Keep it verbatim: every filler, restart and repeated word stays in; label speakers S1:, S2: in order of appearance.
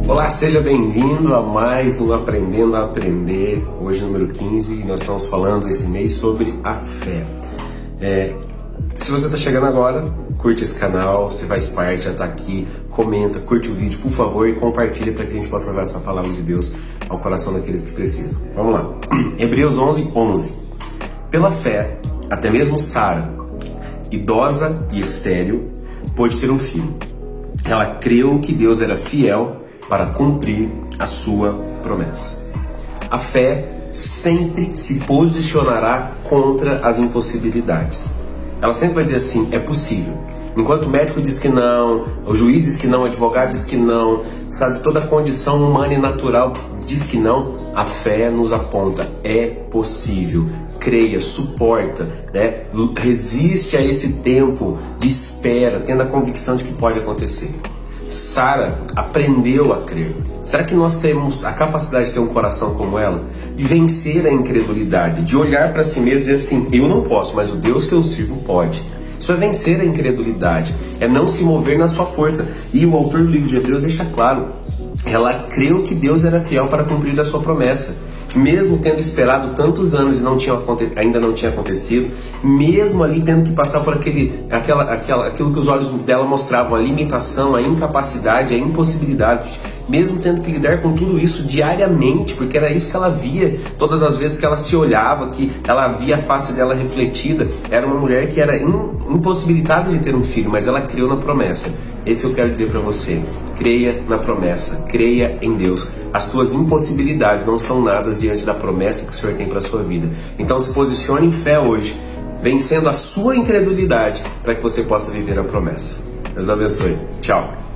S1: Olá, seja bem-vindo a mais um Aprendendo a Aprender, hoje número quinze, e nós estamos falando esse mês sobre a fé. É, se você está chegando agora, curte esse canal, se faz parte, já está aqui, comenta, curte o vídeo, por favor, e compartilha para que a gente possa levar essa palavra de Deus ao coração daqueles que precisam. Vamos lá. Hebreus onze, onze. Pela fé, até mesmo Sara, idosa e estéril, pôde ter um filho. Ela creu que Deus era fiel para cumprir a sua promessa. A fé sempre se posicionará contra as impossibilidades. Ela sempre vai dizer assim, é possível. Enquanto o médico diz que não, o juiz diz que não, o advogado diz que não, sabe, toda a condição humana e natural diz que não, a fé nos aponta, é possível. Creia, suporta, né? Resiste a esse tempo de espera, tendo a convicção de que pode acontecer. Sara aprendeu a crer. Será que nós temos a capacidade de ter um coração como ela? De vencer a incredulidade, de olhar para si mesmo e dizer assim, eu não posso, mas o Deus que eu sirvo pode. Isso é vencer a incredulidade, é não se mover na sua força. E o autor do livro de Hebreus deixa claro, ela creu que Deus era fiel para cumprir a sua promessa. Mesmo tendo esperado tantos anos e não tinha, ainda não tinha acontecido, mesmo ali tendo que passar por aquele, aquela, aquela, aquilo que os olhos dela mostravam, a limitação, a incapacidade, a impossibilidade, mesmo tendo que lidar com tudo isso diariamente, porque era isso que ela via todas as vezes que ela se olhava, que ela via a face dela refletida, era uma mulher que era impossibilitada de ter um filho, mas ela creu na promessa. Esse eu quero dizer para você, creia na promessa, creia em Deus. As tuas impossibilidades não são nada diante da promessa que o Senhor tem para a sua vida. Então se posicione em fé hoje, vencendo a sua incredulidade, para que você possa viver a promessa. Deus abençoe. Tchau.